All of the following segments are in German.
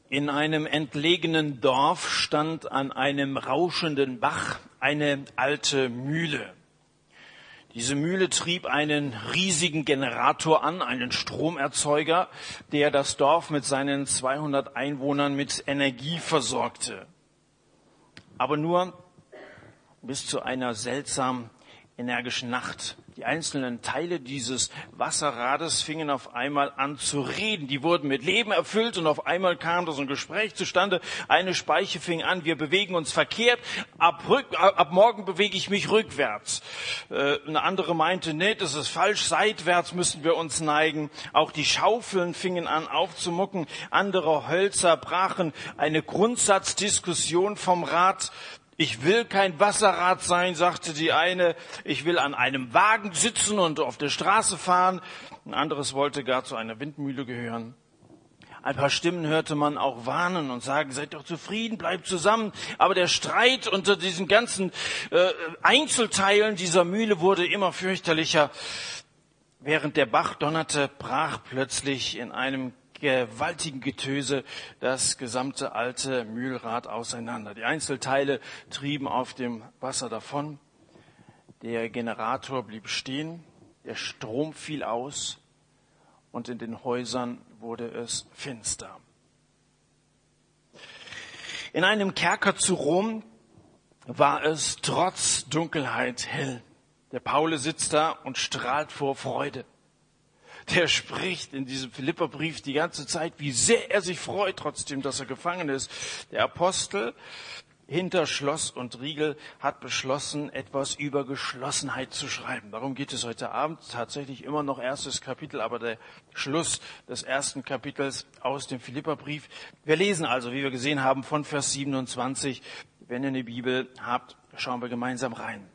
In einem entlegenen Dorf stand an einem rauschenden Bach eine alte Mühle. Diese Mühle trieb einen riesigen Generator an, einen Stromerzeuger, der das Dorf mit seinen 200 Einwohnern mit Energie versorgte. Aber nur bis zu einer seltsam energischen Nacht. Die einzelnen Teile dieses Wasserrades fingen auf einmal an zu reden. Die wurden mit Leben erfüllt und auf einmal kam da so ein Gespräch zustande. Eine Speiche fing an, wir bewegen uns verkehrt, ab morgen bewege ich mich rückwärts. Eine andere meinte, nee, das ist falsch, seitwärts müssen wir uns neigen. Auch die Schaufeln fingen an aufzumucken. Andere Hölzer brachen. Eine Grundsatzdiskussion vom Rad. Ich will kein Wasserrad sein, sagte die eine. Ich will an einem Wagen sitzen und auf der Straße fahren. Ein anderes wollte gar zu einer Windmühle gehören. Ein paar Stimmen hörte man auch warnen und sagen, seid doch zufrieden, bleibt zusammen. Aber der Streit unter diesen ganzen Einzelteilen dieser Mühle wurde immer fürchterlicher. Während der Bach donnerte, brach plötzlich in einem gewaltigen Getöse das gesamte alte Mühlrad auseinander. Die Einzelteile trieben auf dem Wasser davon. Der Generator blieb stehen. Der Strom fiel aus. Und in den Häusern wurde es finster. In einem Kerker zu Rom war es trotz Dunkelheit hell. Der Paulus sitzt da und strahlt vor Freude. Der spricht in diesem Philipperbrief die ganze Zeit, wie sehr er sich freut, trotzdem, dass er gefangen ist. Der Apostel hinter Schloss und Riegel hat beschlossen, etwas über Geschlossenheit zu schreiben. Darum geht es heute Abend. Tatsächlich immer noch erstes Kapitel, aber der Schluss des ersten Kapitels aus dem Philipperbrief. Wir lesen also, wie wir gesehen haben, von Vers 27. Wenn ihr eine Bibel habt, schauen wir gemeinsam rein.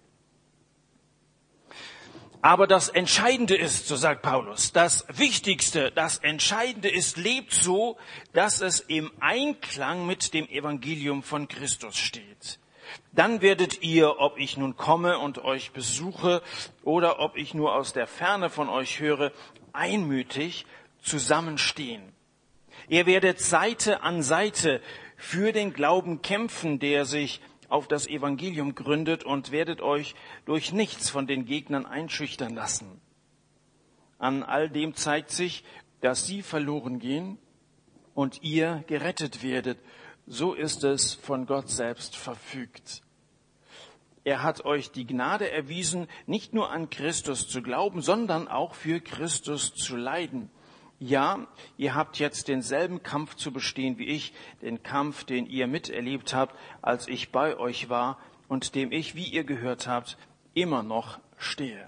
Aber das Entscheidende ist, so sagt Paulus, das Wichtigste, das Entscheidende ist, lebt so, dass es im Einklang mit dem Evangelium von Christus steht. Dann werdet ihr, ob ich nun komme und euch besuche oder ob ich nur aus der Ferne von euch höre, einmütig zusammenstehen. Ihr werdet Seite an Seite für den Glauben kämpfen, der sich auf das Evangelium gründet, und werdet euch durch nichts von den Gegnern einschüchtern lassen. An all dem zeigt sich, dass sie verloren gehen und ihr gerettet werdet. So ist es von Gott selbst verfügt. Er hat euch die Gnade erwiesen, nicht nur an Christus zu glauben, sondern auch für Christus zu leiden. Ja, ihr habt jetzt denselben Kampf zu bestehen wie ich, den Kampf, den ihr miterlebt habt, als ich bei euch war und dem ich, wie ihr gehört habt, immer noch stehe.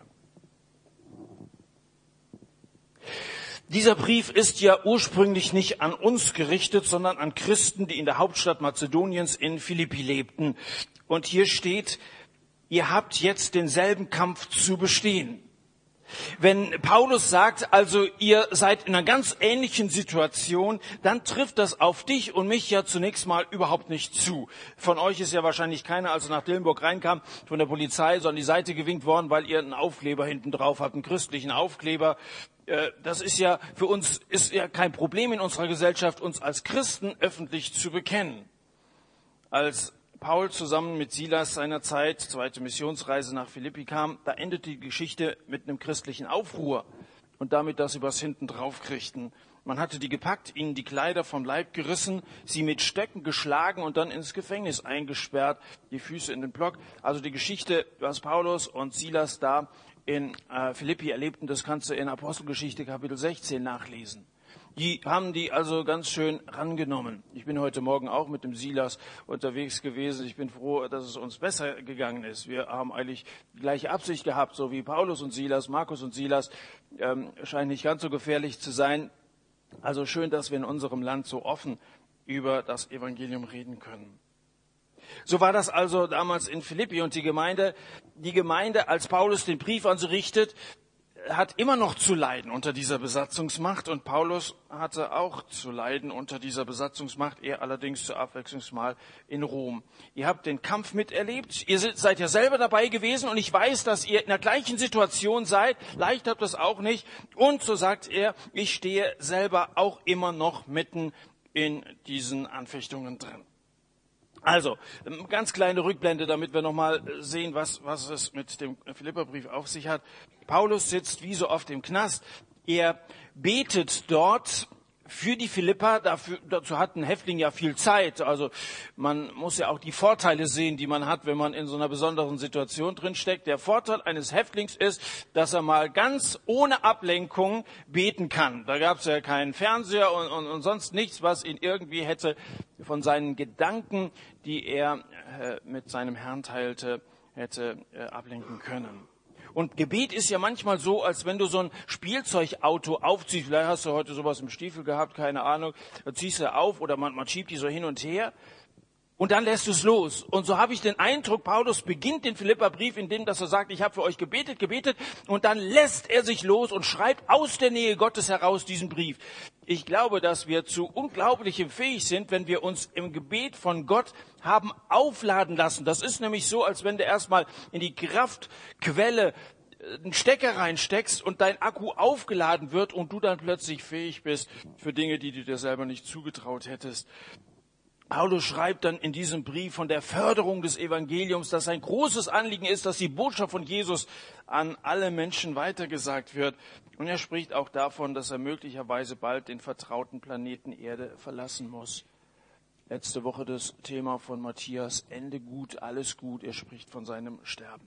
Dieser Brief ist ja ursprünglich nicht an uns gerichtet, sondern an Christen, die in der Hauptstadt Mazedoniens in Philippi lebten. Und hier steht, ihr habt jetzt denselben Kampf zu bestehen. Wenn Paulus sagt, also ihr seid in einer ganz ähnlichen Situation, dann trifft das auf dich und mich ja zunächst mal überhaupt nicht zu. Von euch ist ja wahrscheinlich keiner, als er nach Dillenburg reinkam, von der Polizei so an die Seite gewinkt worden, weil ihr einen Aufkleber hinten drauf habt, einen christlichen Aufkleber. Das ist ja für uns ist ja kein Problem in unserer Gesellschaft, uns als Christen öffentlich zu bekennen. Als Paul zusammen mit Silas seinerzeit, zweite Missionsreise nach Philippi kam, da endete die Geschichte mit einem christlichen Aufruhr und damit, dass sie was hinten drauf kriegten. Man hatte die gepackt, ihnen die Kleider vom Leib gerissen, sie mit Stöcken geschlagen und dann ins Gefängnis eingesperrt, die Füße in den Block. Also die Geschichte, was Paulus und Silas da in Philippi erlebten, das kannst du in Apostelgeschichte Kapitel 16 nachlesen. Die haben die also ganz schön rangenommen. Ich bin heute Morgen auch mit dem Silas unterwegs gewesen. Ich bin froh, dass es uns besser gegangen ist. Wir haben eigentlich die gleiche Absicht gehabt, so wie Paulus und Silas, Markus und Silas. Scheint nicht ganz so gefährlich zu sein. Also schön, dass wir in unserem Land so offen über das Evangelium reden können. So war das also damals in Philippi, und die Gemeinde, als Paulus den Brief an sie richtet, hat immer noch zu leiden unter dieser Besatzungsmacht, und Paulus hatte auch zu leiden unter dieser Besatzungsmacht, er allerdings zur Abwechslung mal in Rom. Ihr habt den Kampf miterlebt, ihr seid ja selber dabei gewesen, und ich weiß, dass ihr in der gleichen Situation seid, leicht habt das auch nicht, und so sagt er, ich stehe selber auch immer noch mitten in diesen Anfechtungen drin. Also, ganz kleine Rückblende, damit wir nochmal sehen, was es mit dem Philipperbrief auf sich hat. Paulus sitzt wie so oft im Knast. Er betet dort für die Philipper. Dazu hat ein Häftling ja viel Zeit. Also man muss ja auch die Vorteile sehen, die man hat, wenn man in so einer besonderen Situation drin steckt. Der Vorteil eines Häftlings ist, dass er mal ganz ohne Ablenkung beten kann. Da gab es ja keinen Fernseher und sonst nichts, was ihn irgendwie hätte von seinen Gedanken, die er mit seinem Herrn teilte, hätte ablenken können. Und Gebet ist ja manchmal so, als wenn du so ein Spielzeugauto aufziehst. Vielleicht hast du heute sowas im Stiefel gehabt, keine Ahnung. Da ziehst du auf oder man schiebt die so hin und her. Und dann lässt du es los. Und so habe ich den Eindruck, Paulus beginnt den Philipperbrief, indem dass er sagt, ich habe für euch gebetet. Und dann lässt er sich los und schreibt aus der Nähe Gottes heraus diesen Brief. Ich glaube, dass wir zu Unglaublichem fähig sind, wenn wir uns im Gebet von Gott haben aufladen lassen. Das ist nämlich so, als wenn du erstmal in die Kraftquelle einen Stecker reinsteckst und dein Akku aufgeladen wird und du dann plötzlich fähig bist für Dinge, die du dir selber nicht zugetraut hättest. Paulus schreibt dann in diesem Brief von der Förderung des Evangeliums, dass sein großes Anliegen ist, dass die Botschaft von Jesus an alle Menschen weitergesagt wird. Und er spricht auch davon, dass er möglicherweise bald den vertrauten Planeten Erde verlassen muss. Letzte Woche das Thema von Matthias, Ende gut, alles gut. Er spricht von seinem Sterben.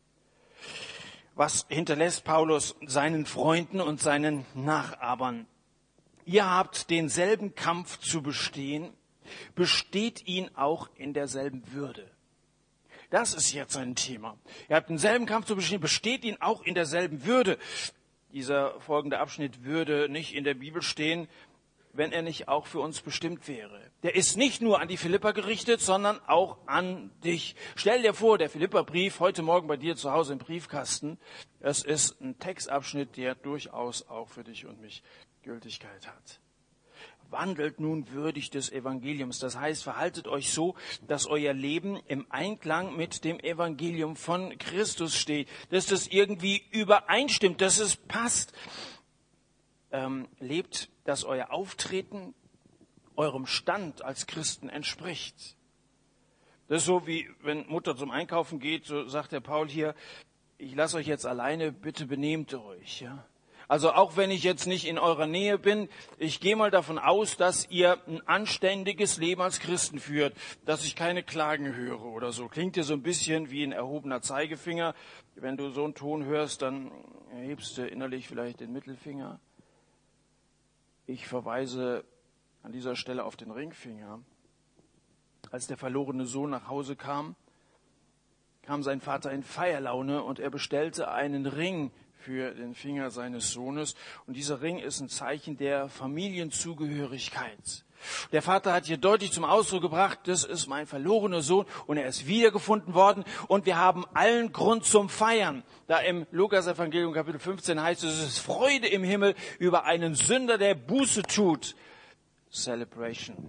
Was hinterlässt Paulus seinen Freunden und seinen Nachahmern? Ihr habt denselben Kampf zu bestehen, besteht ihn auch in derselben Würde. Das ist jetzt sein Thema. Ihr habt denselben Kampf zu bestehen, besteht ihn auch in derselben Würde. Dieser folgende Abschnitt würde nicht in der Bibel stehen, wenn er nicht auch für uns bestimmt wäre. Der ist nicht nur an die Philipper gerichtet, sondern auch an dich. Stell dir vor, der Philipperbrief heute Morgen bei dir zu Hause im Briefkasten, es ist ein Textabschnitt, der durchaus auch für dich und mich Gültigkeit hat. Wandelt nun würdig des Evangeliums. Das heißt, verhaltet euch so, dass euer Leben im Einklang mit dem Evangelium von Christus steht, dass das irgendwie übereinstimmt, dass es passt. Lebt, dass euer Auftreten eurem Stand als Christen entspricht. Das ist so, wie wenn Mutter zum Einkaufen geht, so sagt der Paul hier, ich lasse euch jetzt alleine, bitte benehmt euch, ja. Also auch wenn ich jetzt nicht in eurer Nähe bin, ich gehe mal davon aus, dass ihr ein anständiges Leben als Christen führt, dass ich keine Klagen höre oder so. Klingt dir so ein bisschen wie ein erhobener Zeigefinger. Wenn du so einen Ton hörst, dann erhebst du innerlich vielleicht den Mittelfinger. Ich verweise an dieser Stelle auf den Ringfinger. Als der verlorene Sohn nach Hause kam sein Vater in Feierlaune und er bestellte einen Ring für den Finger seines Sohnes. Und dieser Ring ist ein Zeichen der Familienzugehörigkeit. Der Vater hat hier deutlich zum Ausdruck gebracht, das ist mein verlorener Sohn und er ist wiedergefunden worden und wir haben allen Grund zum Feiern. Da im Lukas-Evangelium Kapitel 15 heißt es ist Freude im Himmel über einen Sünder, der Buße tut. Celebration.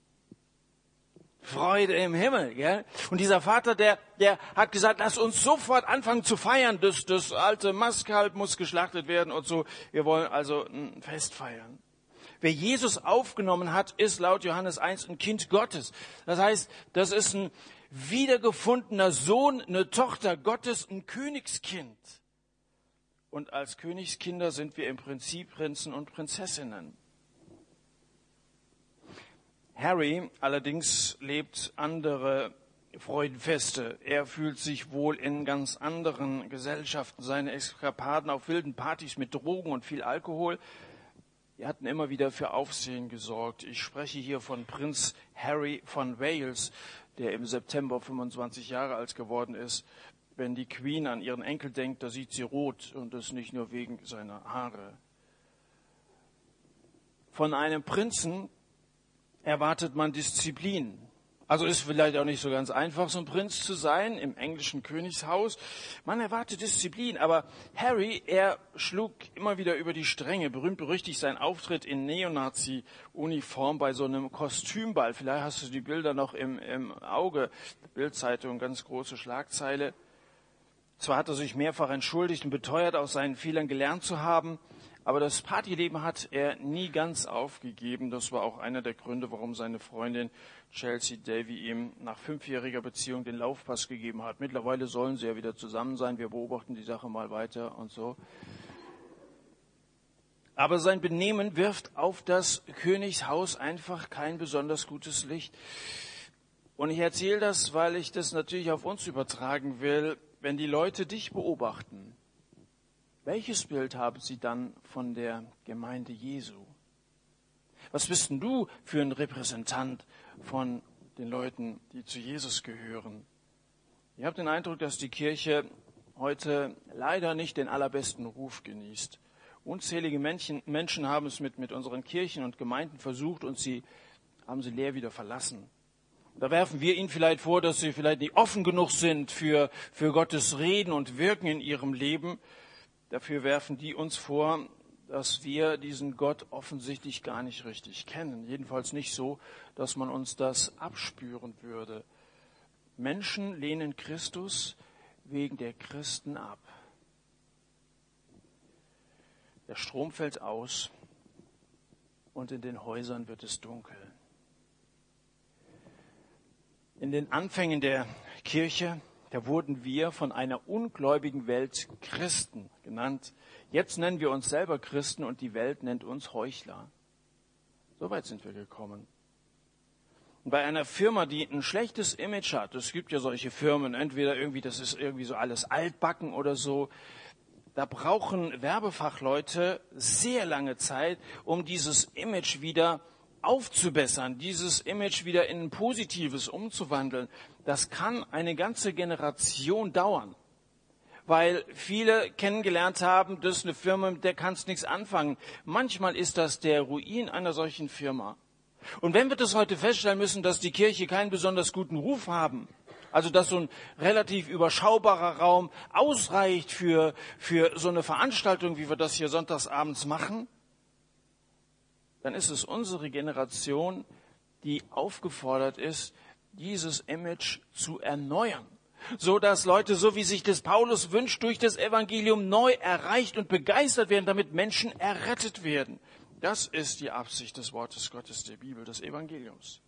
Freude im Himmel, gell? Und dieser Vater, der hat gesagt, lass uns sofort anfangen zu feiern. Das alte Mastkalb muss geschlachtet werden und so. Wir wollen also ein Fest feiern. Wer Jesus aufgenommen hat, ist laut Johannes 1 ein Kind Gottes. Das heißt, das ist ein wiedergefundener Sohn, eine Tochter Gottes, ein Königskind. Und als Königskinder sind wir im Prinzip Prinzen und Prinzessinnen. Harry allerdings lebt andere Freudenfeste. Er fühlt sich wohl in ganz anderen Gesellschaften. Seine Eskapaden auf wilden Partys mit Drogen und viel Alkohol, die hatten immer wieder für Aufsehen gesorgt. Ich spreche hier von Prinz Harry von Wales, der im September 25 Jahre alt geworden ist. Wenn die Queen an ihren Enkel denkt, da sieht sie rot und das nicht nur wegen seiner Haare. Von einem Prinzen erwartet man Disziplin. Also ist vielleicht auch nicht so ganz einfach, so ein Prinz zu sein im englischen Königshaus. Man erwartet Disziplin, aber Harry, er schlug immer wieder über die Stränge. Berühmt-berüchtigt sein Auftritt in Neonazi-Uniform bei so einem Kostümball. Vielleicht hast du die Bilder noch im Auge. Bild-Zeitung, ganz große Schlagzeile. Zwar hat er sich mehrfach entschuldigt und beteuert, aus seinen Fehlern gelernt zu haben, Aber das Partyleben hat er nie ganz aufgegeben. Das war auch einer der Gründe, warum seine Freundin Chelsea Davy ihm nach 5-jähriger Beziehung den Laufpass gegeben hat. Mittlerweile sollen sie ja wieder zusammen sein. Wir beobachten die Sache mal weiter und so. Aber sein Benehmen wirft auf das Königshaus einfach kein besonders gutes Licht. Und ich erzähle das, weil ich das natürlich auf uns übertragen will. Wenn die Leute dich beobachten, welches Bild haben sie dann von der Gemeinde Jesu? Was bist denn du für ein Repräsentant von den Leuten, die zu Jesus gehören? Ich habe den Eindruck, dass die Kirche heute leider nicht den allerbesten Ruf genießt. Unzählige Menschen haben es mit unseren Kirchen und Gemeinden versucht und haben sie leer wieder verlassen. Da werfen wir ihnen vielleicht vor, dass sie vielleicht nicht offen genug sind für Gottes Reden und Wirken in ihrem Leben. Dafür werfen die uns vor, dass wir diesen Gott offensichtlich gar nicht richtig kennen. Jedenfalls nicht so, dass man uns das abspüren würde. Menschen lehnen Christus wegen der Christen ab. Der Strom fällt aus und in den Häusern wird es dunkel. In den Anfängen der Kirche, da wurden wir von einer ungläubigen Welt Christen genannt. Jetzt nennen wir uns selber Christen und die Welt nennt uns Heuchler. So weit sind wir gekommen. Und bei einer Firma, die ein schlechtes Image hat, es gibt ja solche Firmen, entweder irgendwie, das ist irgendwie so alles altbacken oder so, da brauchen Werbefachleute sehr lange Zeit, um dieses Image wieder aufzubessern, dieses Image wieder in ein positives umzuwandeln. Das kann eine ganze Generation dauern, weil viele kennengelernt haben, das ist eine Firma, mit der kannst nichts anfangen. Manchmal ist das der Ruin einer solchen Firma. Und wenn wir das heute feststellen müssen, dass die Kirche keinen besonders guten Ruf haben, also dass so ein relativ überschaubarer Raum ausreicht für so eine Veranstaltung, wie wir das hier sonntagsabends machen, dann ist es unsere Generation, die aufgefordert ist, dieses Image zu erneuern. So dass Leute, so wie sich das Paulus wünscht, durch das Evangelium neu erreicht und begeistert werden, damit Menschen errettet werden. Das ist die Absicht des Wortes Gottes, der Bibel, des Evangeliums.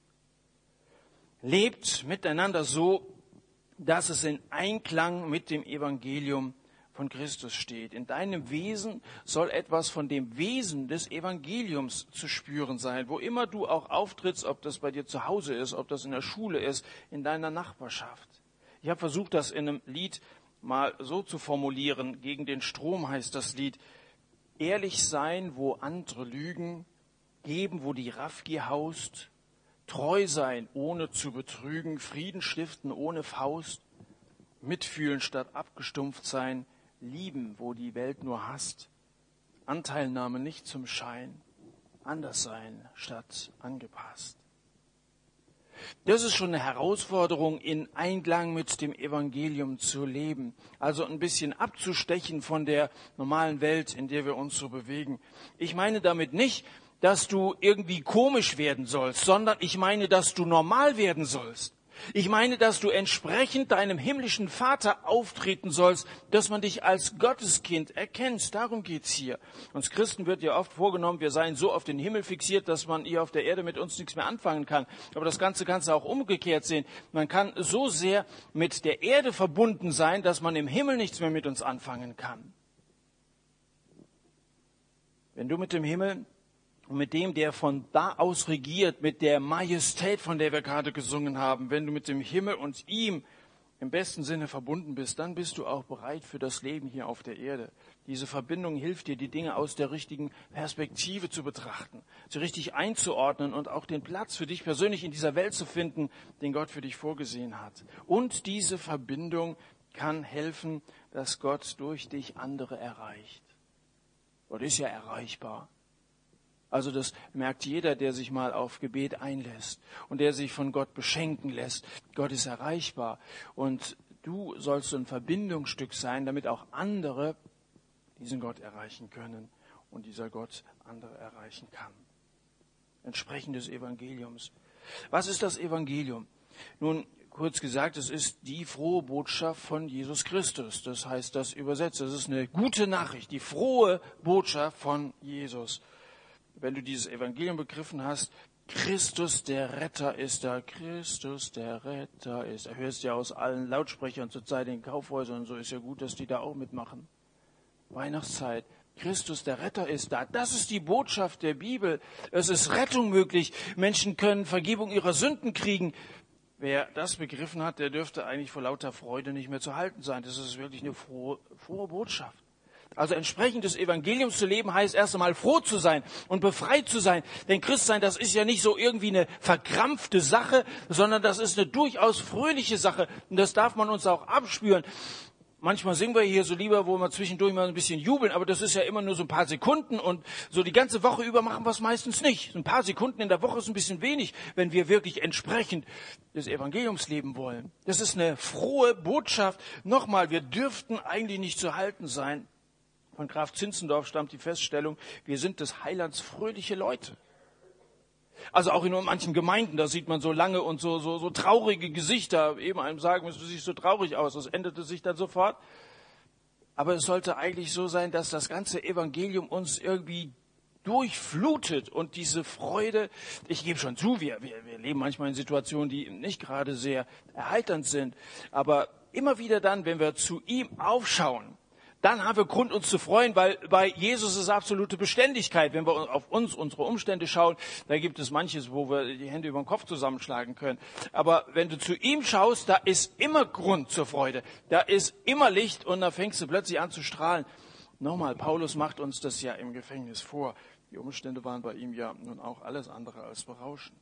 Lebt miteinander so, dass es in Einklang mit dem Evangelium von Christus steht. In deinem Wesen soll etwas von dem Wesen des Evangeliums zu spüren sein. Wo immer du auch auftrittst, ob das bei dir zu Hause ist, ob das in der Schule ist, in deiner Nachbarschaft. Ich habe versucht, das in einem Lied mal so zu formulieren. Gegen den Strom heißt das Lied: Ehrlich sein, wo andere lügen, geben, wo die Raffgier haust, treu sein, ohne zu betrügen, Frieden stiften ohne Faust, mitfühlen statt abgestumpft sein, lieben, wo die Welt nur hasst, Anteilnahme nicht zum Schein, anders sein statt angepasst. Das ist schon eine Herausforderung, in Einklang mit dem Evangelium zu leben. Also ein bisschen abzustechen von der normalen Welt, in der wir uns so bewegen. Ich meine damit nicht, dass du irgendwie komisch werden sollst, sondern ich meine, dass du normal werden sollst. Ich meine, dass du entsprechend deinem himmlischen Vater auftreten sollst, dass man dich als Gotteskind erkennt. Darum geht's hier. Uns Christen wird ja oft vorgenommen, wir seien so auf den Himmel fixiert, dass man hier auf der Erde mit uns nichts mehr anfangen kann. Aber das Ganze kannst du auch umgekehrt sehen. Man kann so sehr mit der Erde verbunden sein, dass man im Himmel nichts mehr mit uns anfangen kann. Wenn du mit dem Himmel und mit dem, der von da aus regiert, mit der Majestät, von der wir gerade gesungen haben, wenn du mit dem Himmel und ihm im besten Sinne verbunden bist, dann bist du auch bereit für das Leben hier auf der Erde. Diese Verbindung hilft dir, die Dinge aus der richtigen Perspektive zu betrachten, sie richtig einzuordnen und auch den Platz für dich persönlich in dieser Welt zu finden, den Gott für dich vorgesehen hat. Und diese Verbindung kann helfen, dass Gott durch dich andere erreicht. Gott ist ja erreichbar. Also das merkt jeder, der sich mal auf Gebet einlässt und der sich von Gott beschenken lässt. Gott ist erreichbar und du sollst so ein Verbindungsstück sein, damit auch andere diesen Gott erreichen können und dieser Gott andere erreichen kann. Entsprechend des Evangeliums. Was ist das Evangelium? Nun, Kurz gesagt, es ist die frohe Botschaft von Jesus Christus. Das heißt das übersetzt. Das ist eine gute Nachricht, die frohe Botschaft von Jesus. Wenn du dieses Evangelium begriffen hast, Christus der Retter ist da. Christus der Retter ist da. Hörst ja aus allen Lautsprechern zurzeit in den Kaufhäusern und so, ist ja gut, dass die da auch mitmachen. Weihnachtszeit. Christus der Retter ist da. Das ist die Botschaft der Bibel. Es ist Rettung möglich. Menschen können Vergebung ihrer Sünden kriegen. Wer das begriffen hat, der dürfte eigentlich vor lauter Freude nicht mehr zu halten sein. Das ist wirklich eine frohe Botschaft. Also entsprechend des Evangeliums zu leben, heißt erst einmal froh zu sein und befreit zu sein. Denn Christsein, das ist ja nicht so irgendwie eine verkrampfte Sache, sondern das ist eine durchaus fröhliche Sache. Und das darf man uns auch abspüren. Manchmal singen wir hier so lieber, wo wir zwischendurch mal ein bisschen jubeln, aber das ist ja immer nur so ein paar Sekunden und so die ganze Woche über machen wir es meistens nicht. Ein paar Sekunden in der Woche ist ein bisschen wenig, wenn wir wirklich entsprechend des Evangeliums leben wollen. Das ist eine frohe Botschaft. Nochmal, wir dürften eigentlich nicht zu halten sein. Von Graf Zinzendorf stammt die Feststellung, wir sind des Heilands fröhliche Leute. Also auch in manchen Gemeinden, da sieht man so lange und so traurige Gesichter. Eben einem sagen, es sieht so traurig aus. Das änderte sich dann sofort. Aber es sollte eigentlich so sein, dass das ganze Evangelium uns irgendwie durchflutet und diese Freude, ich gebe schon zu, wir leben manchmal in Situationen, die nicht gerade sehr erheiternd sind. Aber immer wieder dann, wenn wir zu ihm aufschauen, dann haben wir Grund, uns zu freuen, weil bei Jesus ist absolute Beständigkeit. Wenn wir auf uns, unsere Umstände schauen, da gibt es manches, wo wir die Hände über den Kopf zusammenschlagen können. Aber wenn du zu ihm schaust, da ist immer Grund zur Freude. Da ist immer Licht und da fängst du plötzlich an zu strahlen. Nochmal, Paulus macht uns das ja im Gefängnis vor. Die Umstände waren bei ihm ja nun auch alles andere als berauschend.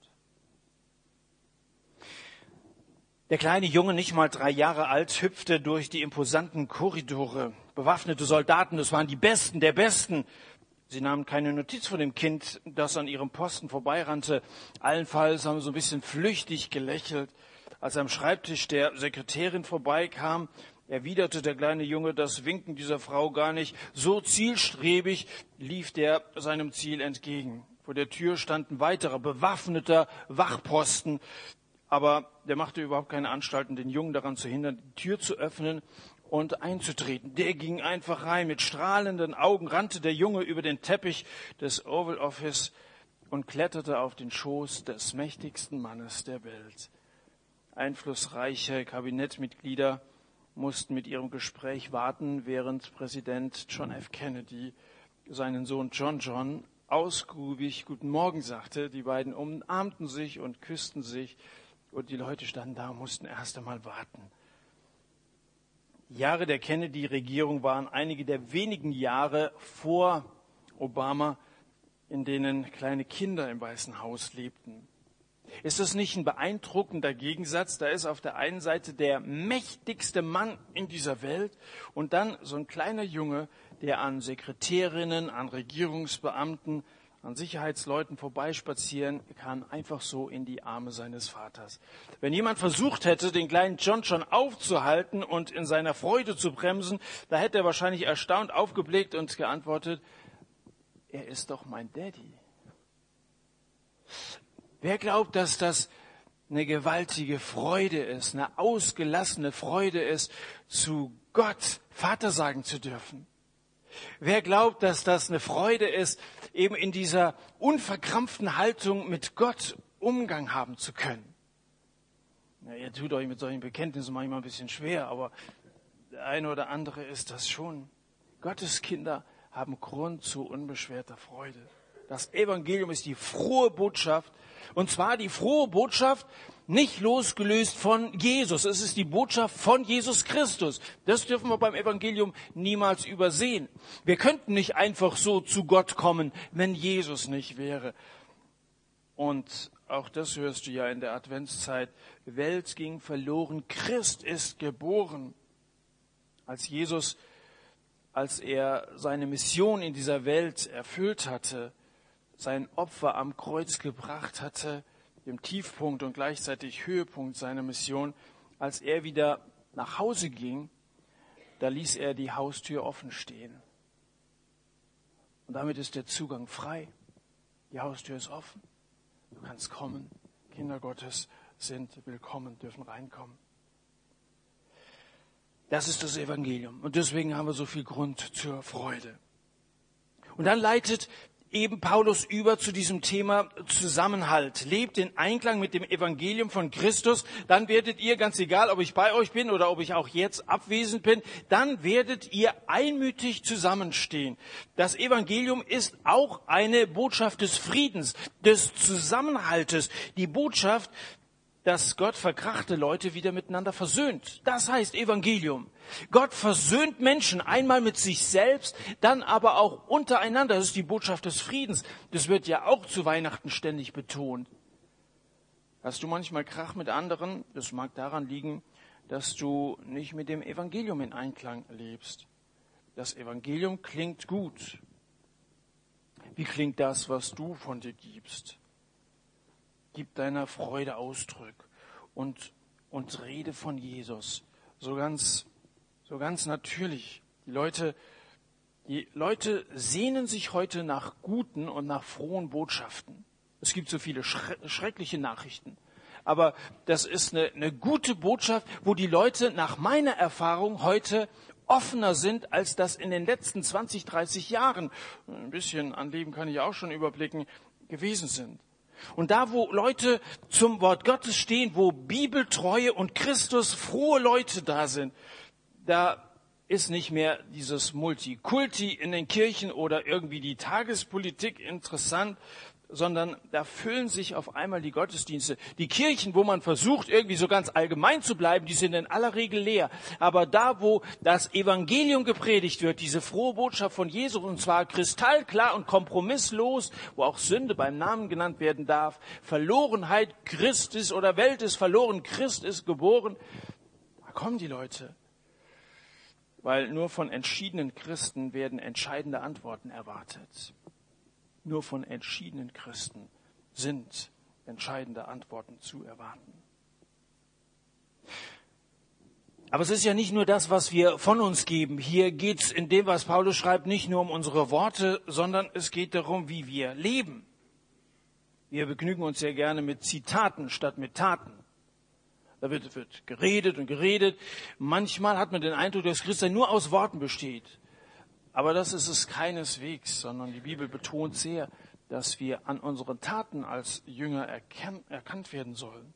Der kleine Junge, nicht mal 3 Jahre alt, hüpfte durch die imposanten Korridore. Bewaffnete Soldaten, das waren die Besten der Besten. Sie nahmen keine Notiz von dem Kind, das an ihrem Posten vorbeirannte. Allenfalls haben sie so ein bisschen flüchtig gelächelt. Als er am Schreibtisch der Sekretärin vorbeikam, erwiderte der kleine Junge das Winken dieser Frau gar nicht. So zielstrebig lief der seinem Ziel entgegen. Vor der Tür stand ein weiterer bewaffneter Wachposten. Aber der machte überhaupt keine Anstalten, den Jungen daran zu hindern, die Tür zu öffnen und einzutreten. Der ging einfach rein. Mit strahlenden Augen rannte der Junge über den Teppich des Oval Office und kletterte auf den Schoß des mächtigsten Mannes der Welt. Einflussreiche Kabinettmitglieder mussten mit ihrem Gespräch warten, während Präsident John F. Kennedy seinen Sohn John ausgiebig Guten Morgen sagte. Die beiden umarmten sich und küssten sich. Und die Leute standen da und mussten erst einmal warten. Die Jahre der Kennedy-Regierung waren einige der wenigen Jahre vor Obama, in denen kleine Kinder im Weißen Haus lebten. Ist das nicht ein beeindruckender Gegensatz? Da ist auf der einen Seite der mächtigste Mann in dieser Welt und dann so ein kleiner Junge, der an Sekretärinnen, an Regierungsbeamten, an Sicherheitsleuten vorbeispazieren kann, einfach so in die Arme seines Vaters. Wenn jemand versucht hätte, den kleinen John aufzuhalten und in seiner Freude zu bremsen, da hätte er wahrscheinlich erstaunt aufgeblickt und geantwortet, er ist doch mein Daddy. Wer glaubt, dass das eine gewaltige Freude ist, eine ausgelassene Freude ist, zu Gott Vater sagen zu dürfen? Wer glaubt, dass das eine Freude ist, eben in dieser unverkrampften Haltung mit Gott Umgang haben zu können? Ja, ihr tut euch mit solchen Bekenntnissen manchmal ein bisschen schwer, aber der eine oder andere ist das schon. Gottes Kinder haben Grund zu unbeschwerter Freude. Das Evangelium ist die frohe Botschaft, und zwar die frohe Botschaft nicht losgelöst von Jesus. Es ist die Botschaft von Jesus Christus. Das dürfen wir beim Evangelium niemals übersehen. Wir könnten nicht einfach so zu Gott kommen, wenn Jesus nicht wäre. Und auch das hörst du ja in der Adventszeit. Welt ging verloren, Christ ist geboren. Als er seine Mission in dieser Welt erfüllt hatte, sein Opfer am Kreuz gebracht hatte, dem Tiefpunkt und gleichzeitig Höhepunkt seiner Mission, als er wieder nach Hause ging, da ließ er die Haustür offen stehen. Und damit ist der Zugang frei. Die Haustür ist offen. Du kannst kommen, Kinder Gottes, sind willkommen, dürfen reinkommen. Das ist das Evangelium. Und deswegen haben wir so viel Grund zur Freude. Und dann leitet eben Paulus über zu diesem Thema Zusammenhalt. Lebt in Einklang mit dem Evangelium von Christus, dann werdet ihr, ganz egal, ob ich bei euch bin oder ob ich auch jetzt abwesend bin, dann werdet ihr einmütig zusammenstehen. Das Evangelium ist auch eine Botschaft des Friedens, des Zusammenhaltes, die Botschaft, dass Gott verkrachte Leute wieder miteinander versöhnt. Das heißt Evangelium. Gott versöhnt Menschen einmal mit sich selbst, dann aber auch untereinander. Das ist die Botschaft des Friedens. Das wird ja auch zu Weihnachten ständig betont. Hast du manchmal Krach mit anderen? Das mag daran liegen, dass du nicht mit dem Evangelium in Einklang lebst. Das Evangelium klingt gut. Wie klingt das, was du von dir gibst? Gib deiner Freude Ausdruck und rede von Jesus. So ganz natürlich. Die Leute sehnen sich heute nach guten und nach frohen Botschaften. Es gibt so viele schreckliche Nachrichten. Aber das ist eine gute Botschaft, wo die Leute nach meiner Erfahrung heute offener sind, als das in den letzten 20, 30 Jahren, ein bisschen an Leben kann ich auch schon überblicken, gewesen sind. Und da, wo Leute zum Wort Gottes stehen, wo Bibeltreue und Christus frohe Leute da sind, da ist nicht mehr dieses Multikulti in den Kirchen oder irgendwie die Tagespolitik interessant, sondern da füllen sich auf einmal die Gottesdienste. Die Kirchen, wo man versucht, irgendwie so ganz allgemein zu bleiben, die sind in aller Regel leer. Aber da, wo das Evangelium gepredigt wird, diese frohe Botschaft von Jesus, und zwar kristallklar und kompromisslos, wo auch Sünde beim Namen genannt werden darf, Verlorenheit, Christ ist oder Welt ist verloren, Christ ist geboren, da kommen die Leute. Weil nur von entschiedenen Christen werden entscheidende Antworten erwartet. Nur von entschiedenen Christen sind entscheidende Antworten zu erwarten. Aber es ist ja nicht nur das, was wir von uns geben. Hier geht es in dem, was Paulus schreibt, nicht nur um unsere Worte, sondern es geht darum, wie wir leben. Wir begnügen uns sehr gerne mit Zitaten statt mit Taten. Da wird geredet und geredet. Manchmal hat man den Eindruck, dass Christsein nur aus Worten besteht. Aber das ist es keineswegs, sondern die Bibel betont sehr, dass wir an unseren Taten als Jünger erkannt werden sollen.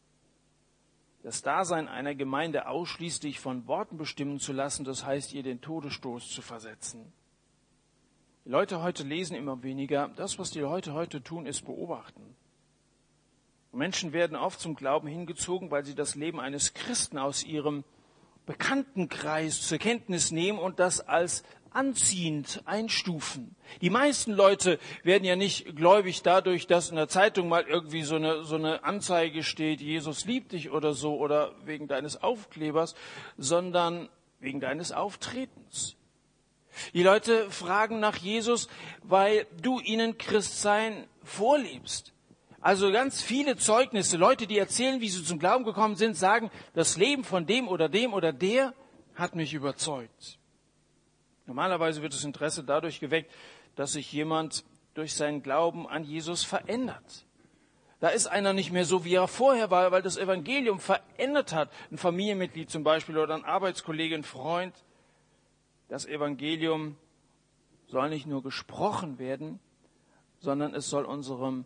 Das Dasein einer Gemeinde ausschließlich von Worten bestimmen zu lassen, das heißt, ihr den Todesstoß zu versetzen. Die Leute heute lesen immer weniger. Das, was die Leute heute tun, ist beobachten. Menschen werden oft zum Glauben hingezogen, weil sie das Leben eines Christen aus ihrem Bekanntenkreis zur Kenntnis nehmen und das als anziehend einstufen. Die meisten Leute werden ja nicht gläubig dadurch, dass in der Zeitung mal irgendwie so eine Anzeige steht, Jesus liebt dich oder so, oder wegen deines Aufklebers, sondern wegen deines Auftretens. Die Leute fragen nach Jesus, weil du ihnen Christsein vorlebst. Also ganz viele Zeugnisse, Leute, die erzählen, wie sie zum Glauben gekommen sind, sagen, das Leben von dem oder der hat mich überzeugt. Normalerweise wird das Interesse dadurch geweckt, dass sich jemand durch seinen Glauben an Jesus verändert. Da ist einer nicht mehr so, wie er vorher war, weil das Evangelium verändert hat. Ein Familienmitglied zum Beispiel oder ein Arbeitskollege, ein Freund. Das Evangelium soll nicht nur gesprochen werden, sondern es soll unserem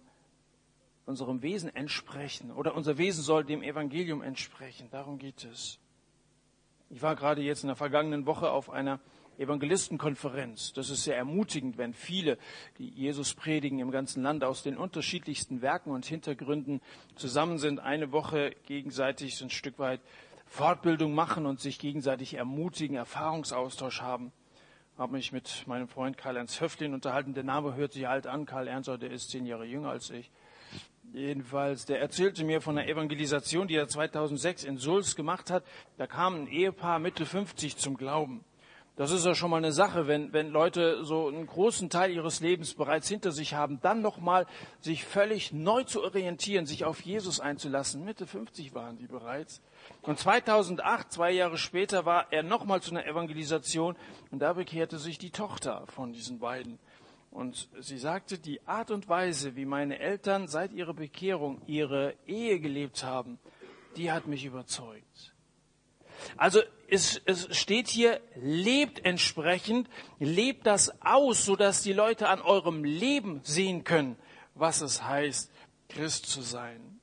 Wesen entsprechen. Oder unser Wesen soll dem Evangelium entsprechen. Darum geht es. Ich war gerade jetzt in der vergangenen Woche auf einer Evangelistenkonferenz. Das ist sehr ermutigend, wenn viele, die Jesus predigen im ganzen Land, aus den unterschiedlichsten Werken und Hintergründen zusammen sind, eine Woche gegenseitig so ein Stück weit Fortbildung machen und sich gegenseitig ermutigen, Erfahrungsaustausch haben. Ich habe mich mit meinem Freund Karl-Ernst Höflin unterhalten. Der Name hört sich alt an. Karl Ernst, der ist 10 Jahre jünger als ich. Jedenfalls, der erzählte mir von einer Evangelisation, die er 2006 in Sulz gemacht hat. Da kam ein Ehepaar Mitte 50 zum Glauben. Das ist ja schon mal eine Sache, wenn Leute so einen großen Teil ihres Lebens bereits hinter sich haben, dann nochmal sich völlig neu zu orientieren, sich auf Jesus einzulassen. Mitte 50 waren die bereits. Und 2008, 2 Jahre später, war er nochmal zu einer Evangelisation und da bekehrte sich die Tochter von diesen beiden. Und sie sagte, die Art und Weise, wie meine Eltern seit ihrer Bekehrung ihre Ehe gelebt haben, die hat mich überzeugt. Also es steht hier, lebt entsprechend, lebt das aus, sodass die Leute an eurem Leben sehen können, was es heißt, Christ zu sein.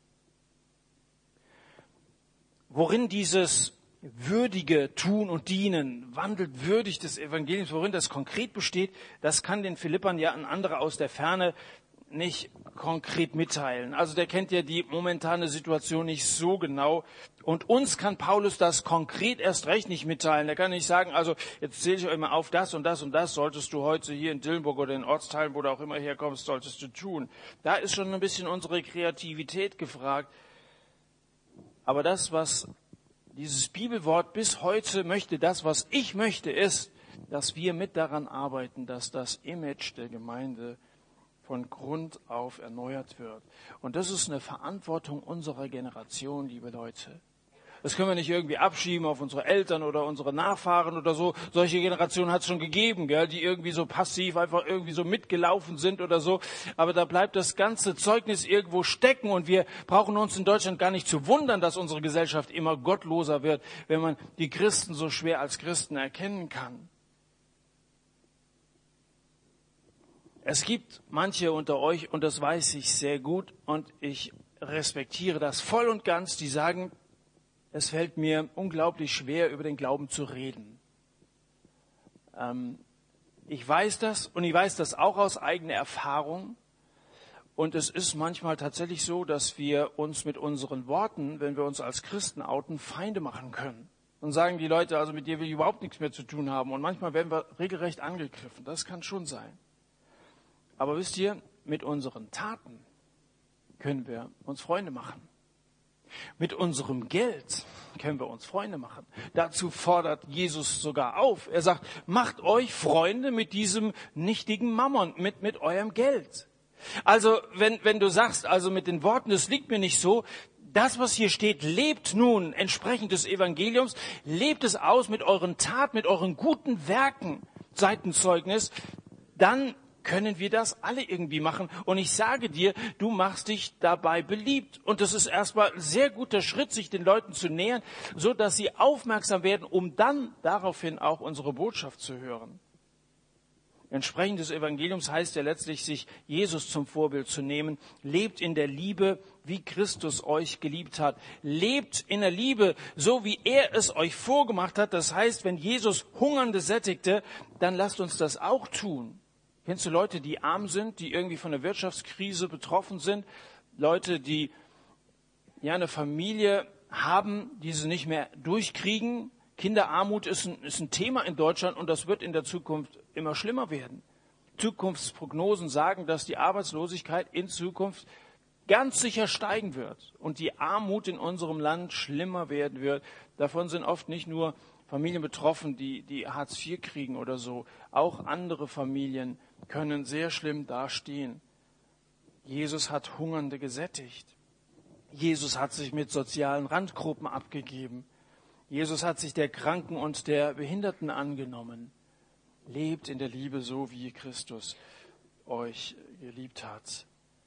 Worin dieses würdige Tun und Dienen, wandelt würdig des Evangeliums, worin das konkret besteht, das kann den Philippern ja ein anderer aus der Ferne nicht konkret mitteilen. Also der kennt ja die momentane Situation nicht so genau. Und uns kann Paulus das konkret erst recht nicht mitteilen. Er kann nicht sagen, also jetzt zähle ich euch mal auf, das und das und das solltest du heute hier in Dillenburg oder in Ortsteilen, wo du auch immer herkommst, solltest du tun. Da ist schon ein bisschen unsere Kreativität gefragt. Aber das, was dieses Bibelwort bis heute möchte, das, was ich möchte, ist, dass wir mit daran arbeiten, dass das Image der Gemeinde von Grund auf erneuert wird. Und das ist eine Verantwortung unserer Generation, liebe Leute. Das können wir nicht irgendwie abschieben auf unsere Eltern oder unsere Nachfahren oder so. Solche Generationen hat es schon gegeben, gell, die irgendwie so passiv einfach irgendwie so mitgelaufen sind oder so. Aber da bleibt das ganze Zeugnis irgendwo stecken und wir brauchen uns in Deutschland gar nicht zu wundern, dass unsere Gesellschaft immer gottloser wird, wenn man die Christen so schwer als Christen erkennen kann. Es gibt manche unter euch, und das weiß ich sehr gut, und ich respektiere das voll und ganz, die sagen, es fällt mir unglaublich schwer, über den Glauben zu reden. Ich weiß das und ich weiß das auch aus eigener Erfahrung. Und es ist manchmal tatsächlich so, dass wir uns mit unseren Worten, wenn wir uns als Christen outen, Feinde machen können. Und sagen die Leute, also mit dir will ich überhaupt nichts mehr zu tun haben. Und manchmal werden wir regelrecht angegriffen. Das kann schon sein. Aber wisst ihr, mit unseren Taten können wir uns Freunde machen. Mit unserem Geld können wir uns Freunde machen. Dazu fordert Jesus sogar auf. Er sagt, macht euch Freunde mit diesem nichtigen Mammon, mit eurem Geld. Also wenn du sagst, also mit den Worten, das liegt mir nicht so, das, was hier steht, lebt nun entsprechend des Evangeliums, lebt es aus mit euren Taten, mit euren guten Werken, Seitenzeugnis, dann können wir das alle irgendwie machen. Und ich sage dir, du machst dich dabei beliebt. Und das ist erstmal ein sehr guter Schritt, sich den Leuten zu nähern, so dass sie aufmerksam werden, um dann daraufhin auch unsere Botschaft zu hören. Entsprechend des Evangeliums heißt ja letztlich, sich Jesus zum Vorbild zu nehmen. Lebt in der Liebe, wie Christus euch geliebt hat. Lebt in der Liebe, so wie er es euch vorgemacht hat. Das heißt, wenn Jesus Hungernde sättigte, dann lasst uns das auch tun. Kennst du Leute, die arm sind, die irgendwie von der Wirtschaftskrise betroffen sind? Leute, die ja eine Familie haben, die sie nicht mehr durchkriegen? Kinderarmut ist ein Thema in Deutschland und das wird in der Zukunft immer schlimmer werden. Zukunftsprognosen sagen, dass die Arbeitslosigkeit in Zukunft ganz sicher steigen wird und die Armut in unserem Land schlimmer werden wird. Davon sind oft nicht nur Familien betroffen, die Hartz IV kriegen oder so. Auch andere Familien können sehr schlimm dastehen. Jesus hat Hungernde gesättigt. Jesus hat sich mit sozialen Randgruppen abgegeben. Jesus hat sich der Kranken und der Behinderten angenommen. Lebt in der Liebe so, wie Christus euch geliebt hat.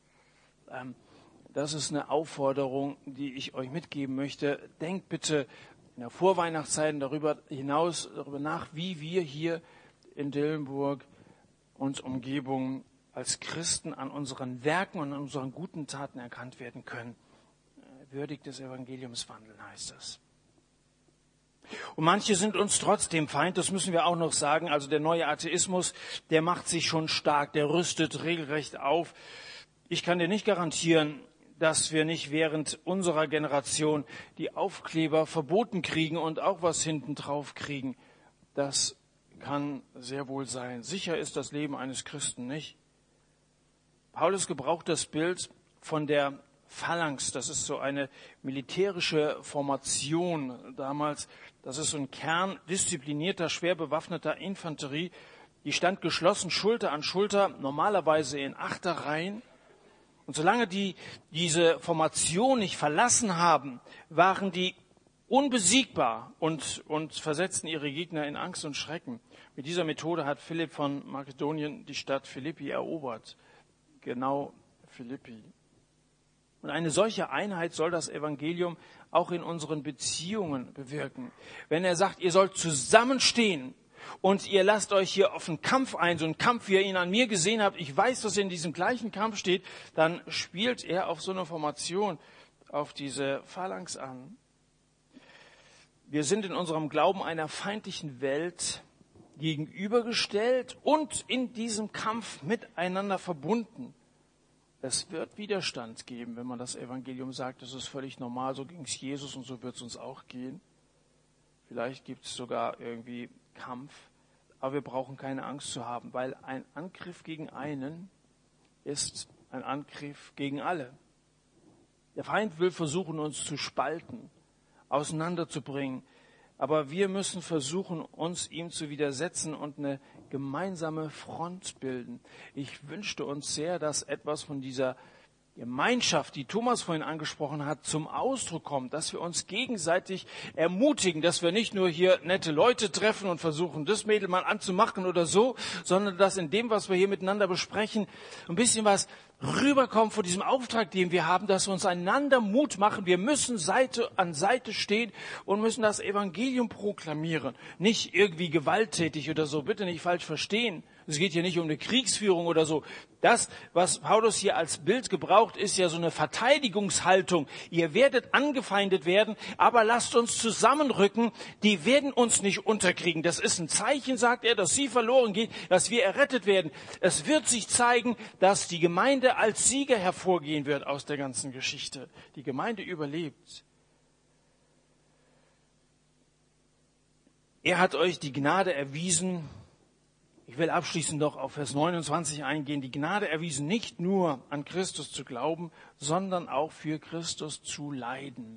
Das ist eine Aufforderung, die ich euch mitgeben möchte. Denkt bitte in der Vorweihnachtszeit darüber nach, wie wir hier in Dillenburg und Umgebung als Christen an unseren Werken und an unseren guten Taten erkannt werden können. Würdig des Evangeliums wandeln heißt das. Und manche sind uns trotzdem Feind, das müssen wir auch noch sagen. Also der neue Atheismus, der macht sich schon stark, der rüstet regelrecht auf. Ich kann dir nicht garantieren, dass wir nicht während unserer Generation die Aufkleber verboten kriegen und auch was hinten drauf kriegen. Das kann sehr wohl sein. Sicher ist das Leben eines Christen nicht. Paulus gebraucht das Bild von der Phalanx. Das ist so eine militärische Formation damals. Das ist so ein Kern disziplinierter, schwer bewaffneter Infanterie. Die stand geschlossen Schulter an Schulter, normalerweise in Achterreihen. Und solange die diese Formation nicht verlassen haben, waren die unbesiegbar und versetzten ihre Gegner in Angst und Schrecken. Mit dieser Methode hat Philipp von Makedonien die Stadt Philippi erobert. Genau Philippi. Und eine solche Einheit soll das Evangelium auch in unseren Beziehungen bewirken. Wenn er sagt, ihr sollt zusammenstehen und ihr lasst euch hier auf einen Kampf ein, so einen Kampf, wie ihr ihn an mir gesehen habt, ich weiß, dass ihr in diesem gleichen Kampf steht, dann spielt er auf so eine Formation, auf diese Phalanx an. Wir sind in unserem Glauben einer feindlichen Welt gegenübergestellt und in diesem Kampf miteinander verbunden. Es wird Widerstand geben, wenn man das Evangelium sagt, das ist völlig normal, so ging es Jesus und so wird es uns auch gehen. Vielleicht gibt es sogar irgendwie Kampf, aber wir brauchen keine Angst zu haben, weil ein Angriff gegen einen ist ein Angriff gegen alle. Der Feind will versuchen, uns zu spalten, auseinanderzubringen, aber wir müssen versuchen, uns ihm zu widersetzen und eine gemeinsame Front bilden. Ich wünschte uns sehr, dass etwas von dieser Gemeinschaft, die Thomas vorhin angesprochen hat, zum Ausdruck kommt, dass wir uns gegenseitig ermutigen, dass wir nicht nur hier nette Leute treffen und versuchen, das Mädel mal anzumachen oder so, sondern dass in dem, was wir hier miteinander besprechen, ein bisschen was rüberkommt von diesem Auftrag, den wir haben, dass wir uns einander Mut machen. Wir müssen Seite an Seite stehen und müssen das Evangelium proklamieren. Nicht irgendwie gewalttätig oder so, bitte nicht falsch verstehen. Es geht hier nicht um eine Kriegsführung oder so. Das, was Paulus hier als Bild gebraucht, ist ja so eine Verteidigungshaltung. Ihr werdet angefeindet werden, aber lasst uns zusammenrücken. Die werden uns nicht unterkriegen. Das ist ein Zeichen, sagt er, dass sie verloren gehen, dass wir errettet werden. Es wird sich zeigen, dass die Gemeinde als Sieger hervorgehen wird aus der ganzen Geschichte. Die Gemeinde überlebt. Er hat euch die Gnade erwiesen. Ich will abschließend noch auf Vers 29 eingehen. Die Gnade erwiesen, nicht nur an Christus zu glauben, sondern auch für Christus zu leiden.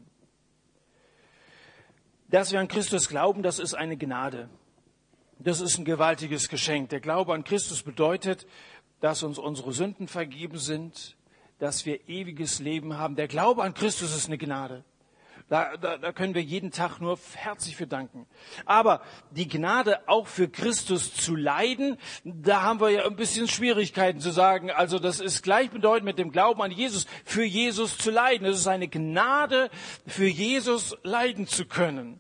Dass wir an Christus glauben, das ist eine Gnade. Das ist ein gewaltiges Geschenk. Der Glaube an Christus bedeutet, dass uns unsere Sünden vergeben sind, dass wir ewiges Leben haben. Der Glaube an Christus ist eine Gnade. Da können wir jeden Tag nur herzlich für danken. Aber die Gnade auch für Christus zu leiden, da haben wir ja ein bisschen Schwierigkeiten zu sagen. Also das ist gleichbedeutend mit dem Glauben an Jesus, für Jesus zu leiden. Es ist eine Gnade, für Jesus leiden zu können.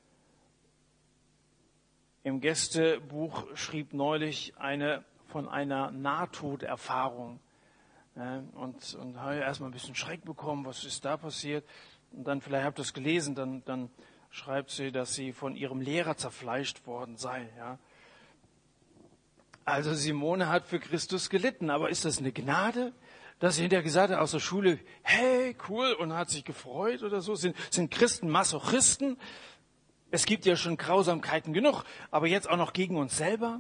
Im Gästebuch schrieb neulich eine von einer Nahtoderfahrung. Und habe erstmal ein bisschen Schreck bekommen, was ist da passiert? Und dann, vielleicht habt ihr es gelesen, dann schreibt sie, dass sie von ihrem Lehrer zerfleischt worden sei. Ja. Also Simone hat für Christus gelitten, aber ist das eine Gnade, dass sie hinterher gesagt hat aus der Schule, hey, cool, und hat sich gefreut oder so? Sind Christen Masochisten? Es gibt ja schon Grausamkeiten genug, aber jetzt auch noch gegen uns selber?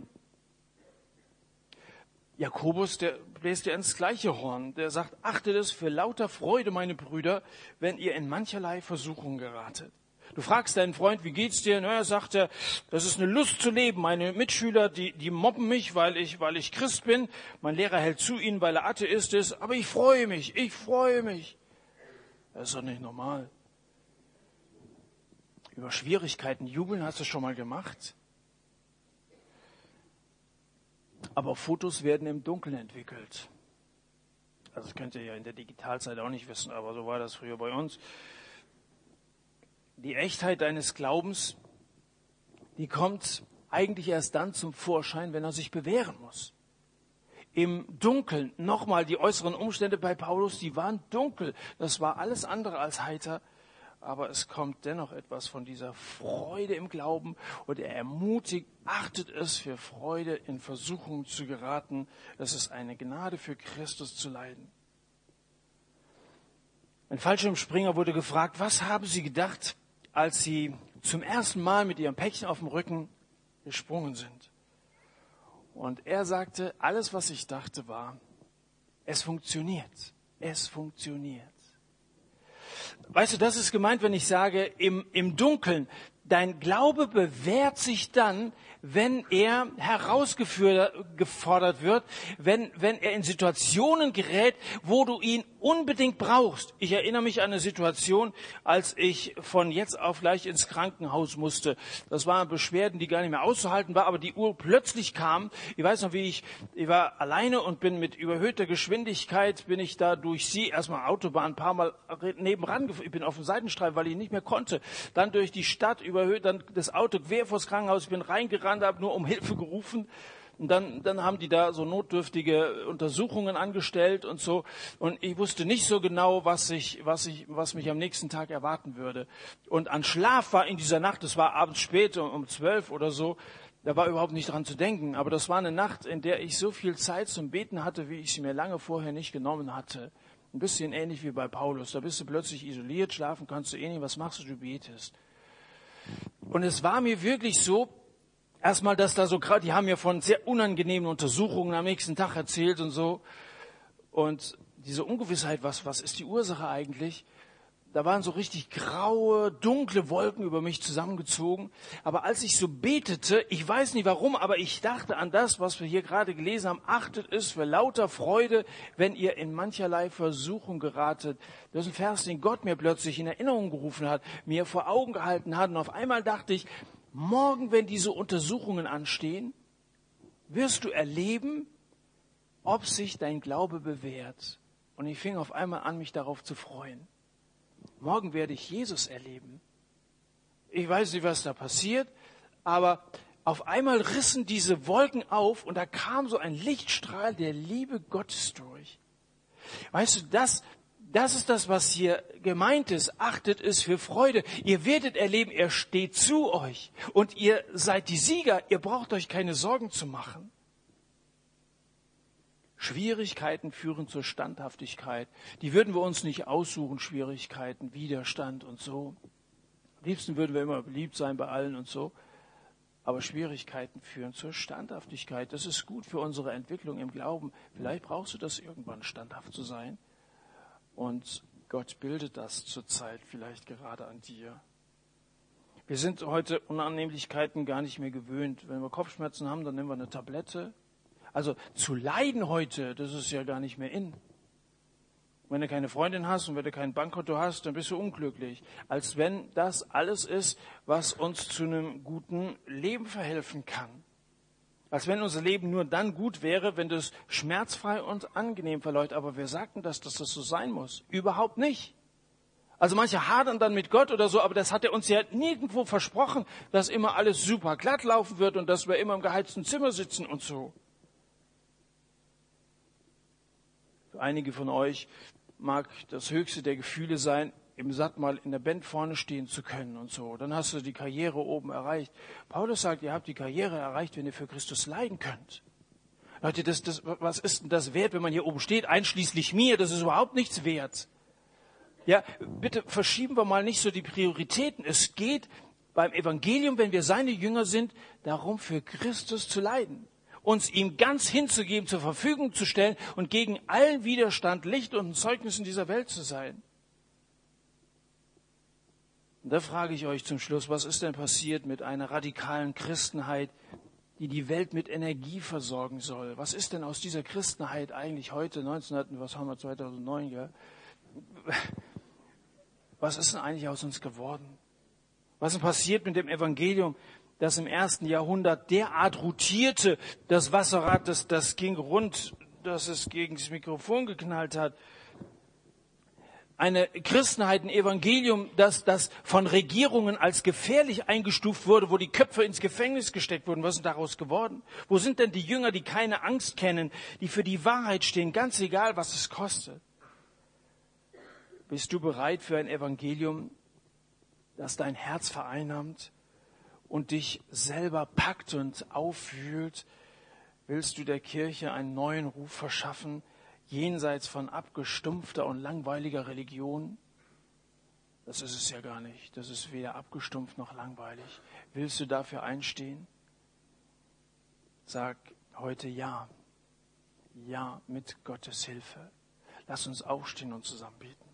Jakobus, der bläst ja ins gleiche Horn. Der sagt, achtet es für lauter Freude, meine Brüder, wenn ihr in mancherlei Versuchung geratet. Du fragst deinen Freund, wie geht's dir? Na, er sagt, das ist eine Lust zu leben. Meine Mitschüler, die mobben mich, weil ich Christ bin. Mein Lehrer hält zu ihnen, weil er Atheist ist. Aber ich freue mich. Das ist doch nicht normal. Über Schwierigkeiten jubeln hast du schon mal gemacht? Aber Fotos werden im Dunkeln entwickelt. Also das könnt ihr ja in der Digitalzeit auch nicht wissen, aber so war das früher bei uns. Die Echtheit deines Glaubens, die kommt eigentlich erst dann zum Vorschein, wenn er sich bewähren muss. Im Dunkeln, nochmal, die äußeren Umstände bei Paulus, die waren dunkel. Das war alles andere als heiter. Aber es kommt dennoch etwas von dieser Freude im Glauben und er ermutigt, achtet es für Freude, in Versuchung zu geraten. Es ist eine Gnade für Christus zu leiden. Ein Fallschirmspringer wurde gefragt, was haben Sie gedacht, als Sie zum ersten Mal mit Ihrem Päckchen auf dem Rücken gesprungen sind? Und er sagte, alles, was ich dachte, war, es funktioniert. Es funktioniert. Weißt du, das ist gemeint, wenn ich sage, im Dunkeln, dein Glaube bewährt sich dann, wenn er herausgefordert wird, wenn er in Situationen gerät, wo du ihn unbedingt brauchst. Ich erinnere mich an eine Situation, als ich von jetzt auf gleich ins Krankenhaus musste. Das waren Beschwerden, die gar nicht mehr auszuhalten waren, aber die plötzlich kamen. Ich weiß noch, ich war alleine und bin mit überhöhter Geschwindigkeit, bin ich da durch sie, erstmal Autobahn, ein paar Mal nebenan gefahren. Ich bin auf dem Seitenstreifen, weil ich nicht mehr konnte. Dann durch die Stadt überhöht, dann das Auto quer vors Krankenhaus. Ich bin reingerannt, habe nur um Hilfe gerufen. Und dann haben die da so notdürftige Untersuchungen angestellt und so. Und ich wusste nicht so genau, was mich am nächsten Tag erwarten würde. Und an Schlaf war in dieser Nacht, es war abends spät, um 12 oder so, da war überhaupt nicht dran zu denken. Aber das war eine Nacht, in der ich so viel Zeit zum Beten hatte, wie ich sie mir lange vorher nicht genommen hatte. Ein bisschen ähnlich wie bei Paulus. Da bist du plötzlich isoliert, schlafen kannst du eh nicht. Was machst du? Du betest. Und es war mir wirklich so, erstmal, dass da so gerade, die haben ja von sehr unangenehmen Untersuchungen am nächsten Tag erzählt und so. Und diese Ungewissheit, was ist die Ursache eigentlich? Da waren so richtig graue, dunkle Wolken über mich zusammengezogen. Aber als ich so betete, ich weiß nicht warum, aber ich dachte an das, was wir hier gerade gelesen haben. Achtet es für lauter Freude, wenn ihr in mancherlei Versuchung geratet. Das ist ein Vers, den Gott mir plötzlich in Erinnerung gerufen hat, mir vor Augen gehalten hat. Und auf einmal dachte ich, morgen, wenn diese Untersuchungen anstehen, wirst du erleben, ob sich dein Glaube bewährt. Und ich fing auf einmal an, mich darauf zu freuen. Morgen werde ich Jesus erleben. Ich weiß nicht, was da passiert, aber auf einmal rissen diese Wolken auf und da kam so ein Lichtstrahl der Liebe Gottes durch. Weißt du, das ist das, was hier gemeint ist. Achtet es für Freude. Ihr werdet erleben, er steht zu euch. Und ihr seid die Sieger. Ihr braucht euch keine Sorgen zu machen. Schwierigkeiten führen zur Standhaftigkeit. Die würden wir uns nicht aussuchen, Schwierigkeiten, Widerstand und so. Am liebsten würden wir immer beliebt sein bei allen und so. Aber Schwierigkeiten führen zur Standhaftigkeit. Das ist gut für unsere Entwicklung im Glauben. Vielleicht brauchst du das irgendwann, standhaft zu sein. Und Gott bildet das zurzeit vielleicht gerade an dir. Wir sind heute Unannehmlichkeiten gar nicht mehr gewöhnt. Wenn wir Kopfschmerzen haben, dann nehmen wir eine Tablette. Also zu leiden heute, das ist ja gar nicht mehr in. Wenn du keine Freundin hast und wenn du kein Bankkonto hast, dann bist du unglücklich. Als wenn das alles ist, was uns zu einem guten Leben verhelfen kann. Als wenn unser Leben nur dann gut wäre, wenn das schmerzfrei und angenehm verläuft. Aber wer sagt denn dass das so sein muss? Überhaupt nicht. Also manche hadern dann mit Gott oder so, aber das hat er uns ja nirgendwo versprochen, dass immer alles super glatt laufen wird und dass wir immer im geheizten Zimmer sitzen und so. Für einige von euch mag das höchste der Gefühle sein, im Satt mal in der Band vorne stehen zu können und so. Dann hast du die Karriere oben erreicht. Paulus sagt, ihr habt die Karriere erreicht, wenn ihr für Christus leiden könnt. Leute, was ist denn das wert, wenn man hier oben steht, einschließlich mir? Das ist überhaupt nichts wert. Ja, bitte verschieben wir mal nicht so die Prioritäten. Es geht beim Evangelium, wenn wir seine Jünger sind, darum, für Christus zu leiden. Uns ihm ganz hinzugeben, zur Verfügung zu stellen und gegen allen Widerstand Licht und ein Zeugnis in dieser Welt zu sein. Und da frage ich euch zum Schluss, was ist denn passiert mit einer radikalen Christenheit, die die Welt mit Energie versorgen soll? Was ist denn aus dieser Christenheit eigentlich heute, 2009, gell? Was ist denn eigentlich aus uns geworden? Was ist denn passiert mit dem Evangelium, das im 1. Jahrhundert derart rotierte, das Wasserrad, das ging rund, dass es gegen das Mikrofon geknallt hat? Eine Christenheit, ein Evangelium, das von Regierungen als gefährlich eingestuft wurde, wo die Köpfe ins Gefängnis gesteckt wurden. Was ist daraus geworden? Wo sind denn die Jünger, die keine Angst kennen, die für die Wahrheit stehen, ganz egal, was es kostet? Bist du bereit für ein Evangelium, das dein Herz vereinnahmt und dich selber packt und aufwühlt? Willst du der Kirche einen neuen Ruf verschaffen, jenseits von abgestumpfter und langweiliger Religion? Das ist es ja gar nicht. Das ist weder abgestumpft noch langweilig. Willst du dafür einstehen? Sag heute ja. Ja, mit Gottes Hilfe. Lass uns aufstehen und zusammen beten.